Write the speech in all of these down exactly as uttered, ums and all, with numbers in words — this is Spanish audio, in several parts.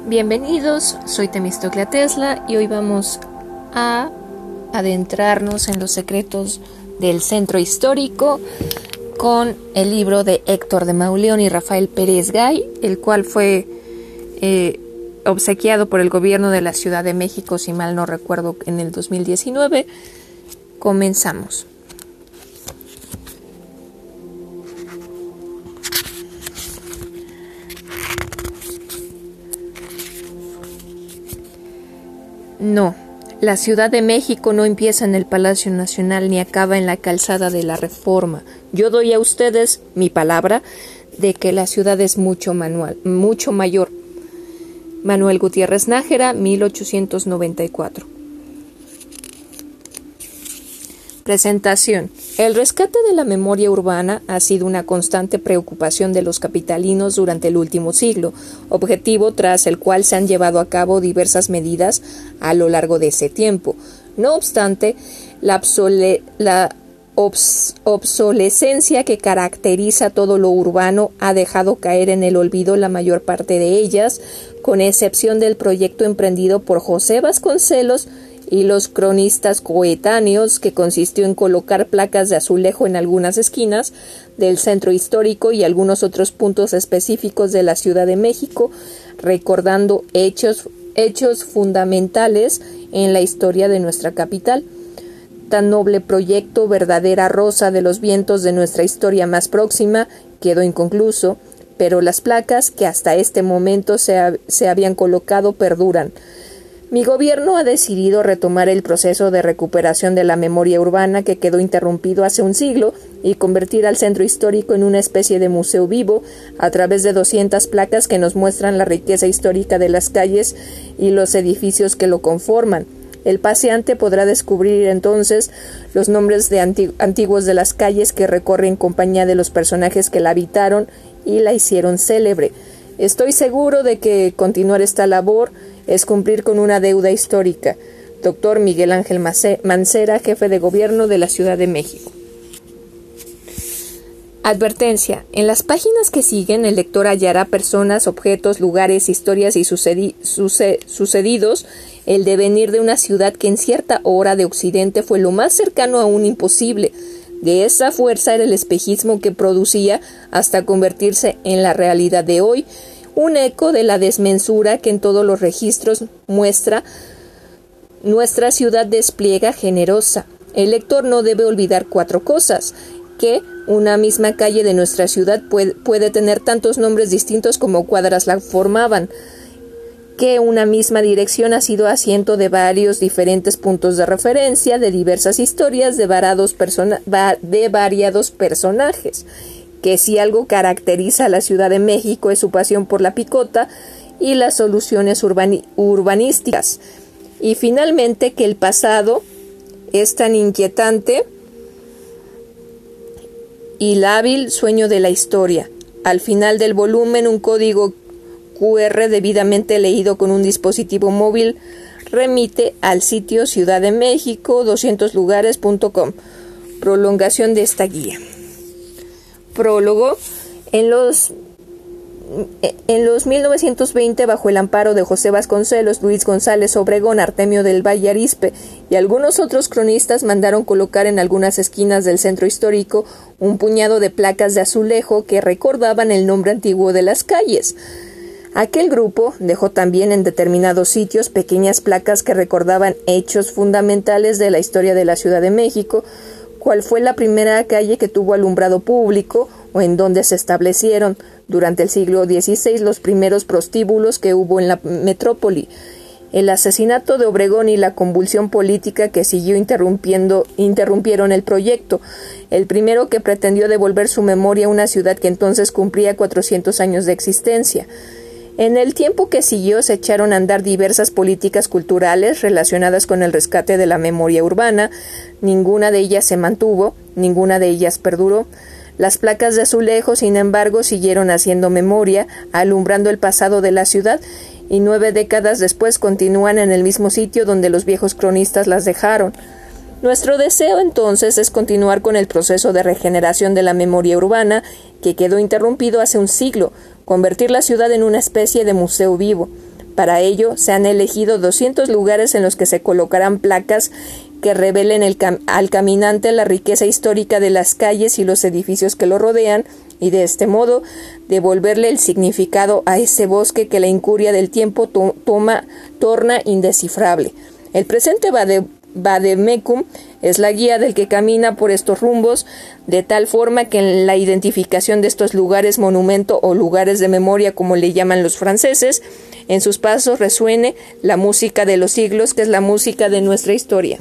Bienvenidos, soy Temistoclea Tesla y hoy vamos a adentrarnos en los secretos del centro histórico con el libro de Héctor de Mauleón y Rafael Pérez Gay, el cual fue eh, obsequiado por el gobierno de la Ciudad de México, si mal no recuerdo, en el dos mil diecinueve. Comenzamos. No, la Ciudad de México no empieza en el Palacio Nacional ni acaba en la Calzada de la Reforma. Yo doy a ustedes mi palabra de que la ciudad es mucho, manual, mucho mayor. Manuel Gutiérrez Nájera, mil ochocientos noventa y cuatro. Presentación. El rescate de la memoria urbana ha sido una constante preocupación de los capitalinos durante el último siglo, objetivo tras el cual se han llevado a cabo diversas medidas a lo largo de ese tiempo. No obstante, la, obsole la obs obsolescencia que caracteriza todo lo urbano ha dejado caer en el olvido la mayor parte de ellas, con excepción del proyecto emprendido por José Vasconcelos y los cronistas coetáneos, que consistió en colocar placas de azulejo en algunas esquinas del centro histórico y algunos otros puntos específicos de la Ciudad de México, recordando hechos, hechos fundamentales en la historia de nuestra capital. Tan noble proyecto, verdadera rosa de los vientos de nuestra historia más próxima, quedó inconcluso, pero las placas que hasta este momento se, ha, se habían colocado perduran. Mi gobierno ha decidido retomar el proceso de recuperación de la memoria urbana que quedó interrumpido hace un siglo y convertir al centro histórico en una especie de museo vivo a través de doscientas placas que nos muestran la riqueza histórica de las calles y los edificios que lo conforman. El paseante podrá descubrir entonces los nombres de antigu- antiguos de las calles que recorre en compañía de los personajes que la habitaron y la hicieron célebre. Estoy seguro de que continuar esta labor es cumplir con una deuda histórica. Doctor Miguel Ángel Mancera, jefe de gobierno de la Ciudad de México. Advertencia. En las páginas que siguen, el lector hallará personas, objetos, lugares, historias y sucedi suce sucedidos, el devenir de una ciudad que en cierta hora de Occidente fue lo más cercano a un imposible. De esa fuerza era el espejismo que producía hasta convertirse en la realidad de hoy, un eco de la desmesura que en todos los registros muestra nuestra ciudad despliega generosa. El lector no debe olvidar cuatro cosas: que una misma calle de nuestra ciudad puede, puede tener tantos nombres distintos como cuadras la formaban, que una misma dirección ha sido asiento de varios diferentes puntos de referencia, de diversas historias, de, de variados personajes, que si algo caracteriza a la Ciudad de México es su pasión por la picota y las soluciones urbani urbanísticas, y finalmente que el pasado es tan inquietante y el hábil sueño de la historia. Al final del volumen, un código cu erre debidamente leído con un dispositivo móvil remite al sitio ciudad de méxico doscientos lugares punto com. Prolongación de esta guía. Prólogo. En los, en los mil novecientos veinte, bajo el amparo de José Vasconcelos, Luis González Obregón, Artemio del Valle Arizpe y algunos otros cronistas mandaron colocar en algunas esquinas del centro histórico un puñado de placas de azulejo que recordaban el nombre antiguo de las calles. Aquel grupo dejó también en determinados sitios pequeñas placas que recordaban hechos fundamentales de la historia de la Ciudad de México, cuál fue la primera calle que tuvo alumbrado público o en donde se establecieron durante el siglo dieciséis los primeros prostíbulos que hubo en la metrópoli, el asesinato de Obregón y la convulsión política que siguió interrumpiendo, interrumpieron el proyecto, el primero que pretendió devolver su memoria a una ciudad que entonces cumplía cuatrocientos años de existencia. En el tiempo que siguió se echaron a andar diversas políticas culturales relacionadas con el rescate de la memoria urbana. Ninguna de ellas se mantuvo, ninguna de ellas perduró. Las placas de azulejo, sin embargo, siguieron haciendo memoria, alumbrando el pasado de la ciudad, y nueve décadas después continúan en el mismo sitio donde los viejos cronistas las dejaron. Nuestro deseo entonces es continuar con el proceso de regeneración de la memoria urbana que quedó interrumpido hace un siglo, convertir la ciudad en una especie de museo vivo. Para ello, se han elegido doscientos lugares en los que se colocarán placas que revelen el cam- al caminante la riqueza histórica de las calles y los edificios que lo rodean, y de este modo devolverle el significado a ese bosque que la incuria del tiempo to- toma, torna indescifrable. El presente vade- vademecum es la guía del que camina por estos rumbos, de tal forma que en la identificación de estos lugares monumento o lugares de memoria, como le llaman los franceses, en sus pasos resuene la música de los siglos, que es la música de nuestra historia.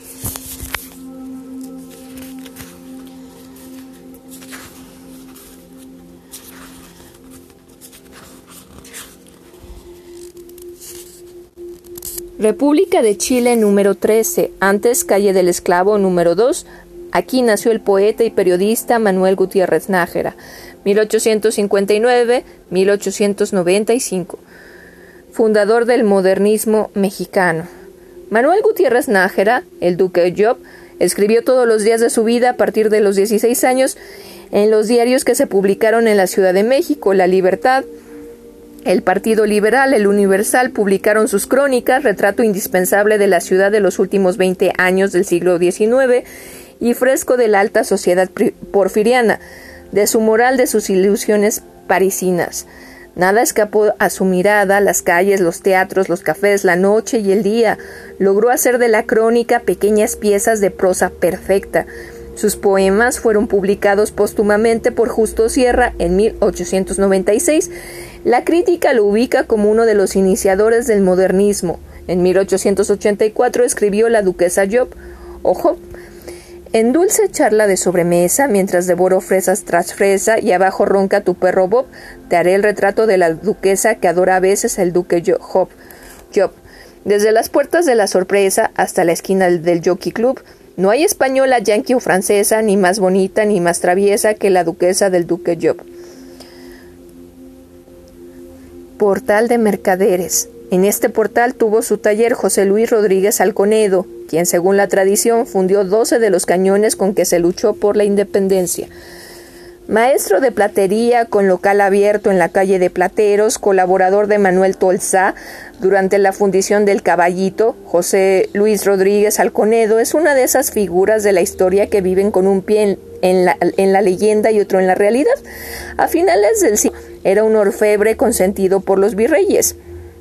República de Chile número trece, antes Calle del Esclavo número dos. Aquí nació el poeta y periodista Manuel Gutiérrez Nájera, mil ochocientos cincuenta y nueve a mil ochocientos noventa y cinco. Fundador del modernismo mexicano. Manuel Gutiérrez Nájera, el Duque Job, escribió todos los días de su vida a partir de los dieciséis años en los diarios que se publicaron en la Ciudad de México. La Libertad, el Partido Liberal, el Universal publicaron sus crónicas, retrato indispensable de la ciudad de los últimos veinte años del siglo diecinueve y fresco de la alta sociedad porfiriana, de su moral, de sus ilusiones parisinas. Nada escapó a su mirada, las calles, los teatros, los cafés, la noche y el día. Logró hacer de la crónica pequeñas piezas de prosa perfecta. Sus poemas fueron publicados póstumamente por Justo Sierra en mil ochocientos noventa y seis. La crítica lo ubica como uno de los iniciadores del modernismo. En mil ochocientos ochenta y cuatro escribió La Duquesa Job, o Job. En dulce charla de sobremesa, mientras devoro fresas tras fresa y abajo ronca tu perro Bob, te haré el retrato de la duquesa que adora a veces el duque Job. Job. Desde las puertas de la sorpresa hasta la esquina del Jockey Club, no hay española, yanqui o francesa ni más bonita ni más traviesa que la duquesa del duque Job. Portal de Mercaderes. En este portal tuvo su taller José Luis Rodríguez Alconedo, quien según la tradición fundió doce de los cañones con que se luchó por la independencia. Maestro de platería con local abierto en la calle de Plateros, colaborador de Manuel Tolsá durante la fundición del Caballito, José Luis Rodríguez Alconedo es una de esas figuras de la historia que viven con un pie en, en, la, en la leyenda y otro en la realidad. A finales del siglo era un orfebre consentido por los virreyes.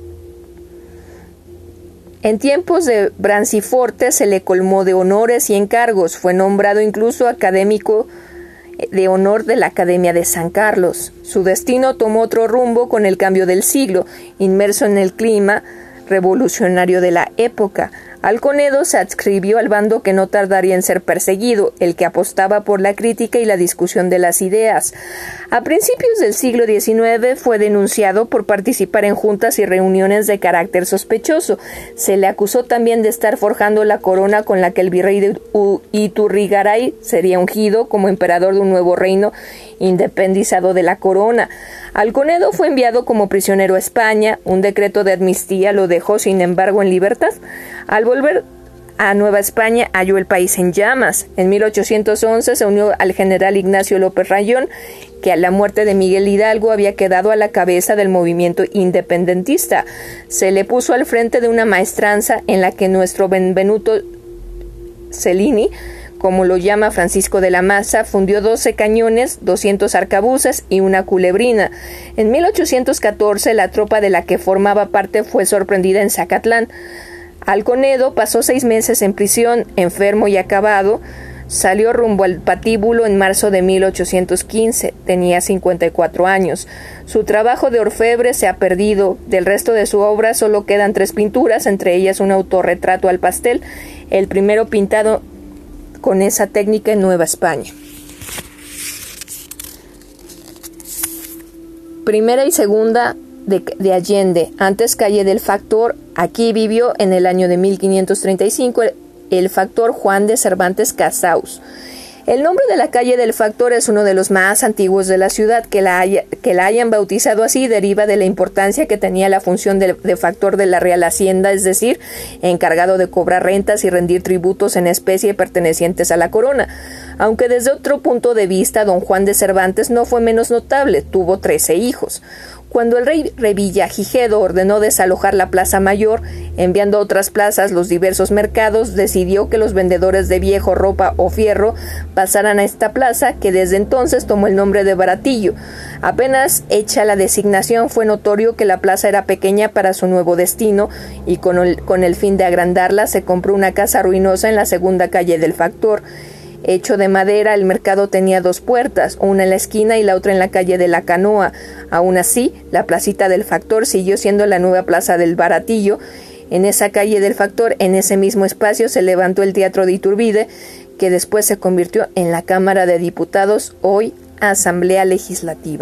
En tiempos de Branciforte se le colmó de honores y encargos, fue nombrado incluso académico de honor de la Academia de San Carlos. Su destino tomó otro rumbo con el cambio del siglo, inmerso en el clima revolucionario de la época. Alconedo se adscribió al bando que no tardaría en ser perseguido, el que apostaba por la crítica y la discusión de las ideas. A principios del siglo diecinueve fue denunciado por participar en juntas y reuniones de carácter sospechoso. Se le acusó también de estar forjando la corona con la que el virrey de Iturrigaray sería ungido como emperador de un nuevo reino independizado de la corona. Alconedo fue enviado como prisionero a España. Un decreto de amnistía lo dejó, sin embargo, en libertad. Al volver a Nueva España, halló el país en llamas. En mil ochocientos once se unió al general Ignacio López Rayón, que a la muerte de Miguel Hidalgo había quedado a la cabeza del movimiento independentista. Se le puso al frente de una maestranza en la que nuestro Benvenuto Cellini, como lo llama Francisco de la Maza, fundió doce cañones, doscientos arcabuces y una culebrina. En mil ochocientos catorce, la tropa de la que formaba parte fue sorprendida en Zacatlán. Alconedo pasó seis meses en prisión, enfermo y acabado. Salió rumbo al patíbulo en marzo de mil ochocientos quince. Tenía cincuenta y cuatro años. Su trabajo de orfebre se ha perdido. Del resto de su obra solo quedan tres pinturas, entre ellas un autorretrato al pastel, el primero pintado con esa técnica en Nueva España. Primera y segunda de, de Allende, antes calle del Factor. Aquí vivió en el año de mil quinientos treinta y cinco el, el factor Juan de Cervantes Casaus. El nombre de la calle del Factor es uno de los más antiguos de la ciudad. Que la, haya, que la hayan bautizado así deriva de la importancia que tenía la función de, de factor de la Real Hacienda, es decir, encargado de cobrar rentas y rendir tributos en especie pertenecientes a la corona. Aunque desde otro punto de vista, don Juan de Cervantes no fue menos notable, tuvo trece hijos. Cuando el rey Revillagigedo ordenó desalojar la Plaza Mayor, enviando a otras plazas los diversos mercados, decidió que los vendedores de viejo, ropa o fierro pasaran a esta plaza, que desde entonces tomó el nombre de Baratillo. Apenas hecha la designación, fue notorio que la plaza era pequeña para su nuevo destino, y con el, con el fin de agrandarla se compró una casa ruinosa en la segunda calle del Factor. Hecho de madera, el mercado tenía dos puertas, una en la esquina y la otra en la calle de la Canoa. Aún así, la placita del Factor siguió siendo la nueva plaza del Baratillo. En esa calle del Factor, en ese mismo espacio, se levantó el Teatro de Iturbide, que después se convirtió en la Cámara de Diputados, hoy Asamblea Legislativa.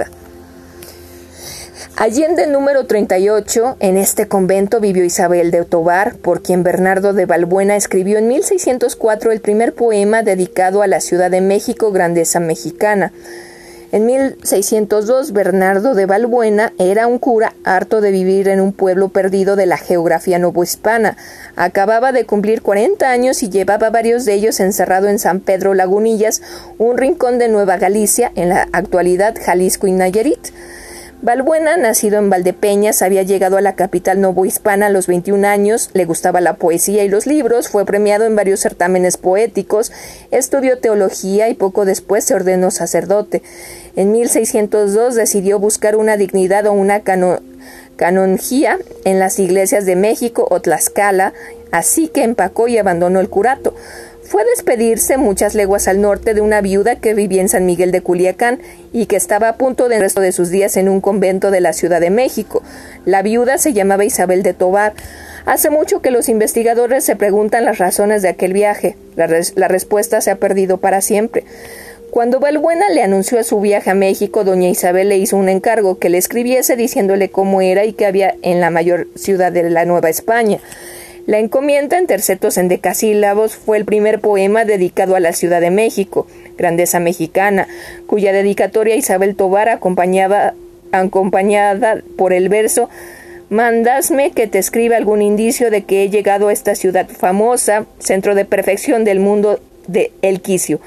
Allende número treinta y ocho, en este convento vivió Isabel de Tovar, por quien Bernardo de Balbuena escribió en mil seiscientos cuatro el primer poema dedicado a la Ciudad de México, grandeza mexicana. En mil seiscientos dos, Bernardo de Balbuena era un cura harto de vivir en un pueblo perdido de la geografía novohispana. Acababa de cumplir cuarenta años y llevaba varios de ellos encerrado en San Pedro Lagunillas, un rincón de Nueva Galicia, en la actualidad Jalisco y Nayarit. Balbuena, nacido en Valdepeñas, había llegado a la capital novohispana a los veintiún años, le gustaba la poesía y los libros, fue premiado en varios certámenes poéticos, estudió teología y poco después se ordenó sacerdote. En mil seiscientos dos decidió buscar una dignidad o una cano canonjía en las iglesias de México o Tlaxcala, así que empacó y abandonó el curato. Fue a despedirse muchas leguas al norte de una viuda que vivía en San Miguel de Culiacán y que estaba a punto del resto de sus días en un convento de la Ciudad de México. La viuda se llamaba Isabel de Tovar. Hace mucho que los investigadores se preguntan las razones de aquel viaje. La, res la respuesta se ha perdido para siempre. Cuando Balbuena le anunció su viaje a México, doña Isabel le hizo un encargo, que le escribiese diciéndole cómo era y qué había en la mayor ciudad de la Nueva España. La encomienda, en tercetos endecasílabos, fue el primer poema dedicado a la Ciudad de México, grandeza mexicana, cuya dedicatoria Isabel Tovar acompañaba, acompañada por el verso «Mandasme que te escriba algún indicio de que he llegado a esta ciudad famosa, centro de perfección del mundo de El Quicio».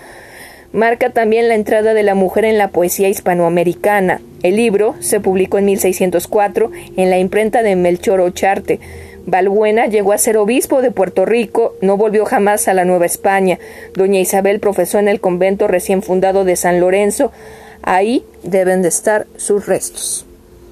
Marca también la entrada de la mujer en la poesía hispanoamericana. El libro se publicó en mil seiscientos cuatro en la imprenta de Melchor Ocharte. Balbuena llegó a ser obispo de Puerto Rico, no volvió jamás a la Nueva España. Doña Isabel profesó en el convento recién fundado de San Lorenzo. Ahí deben de estar sus restos.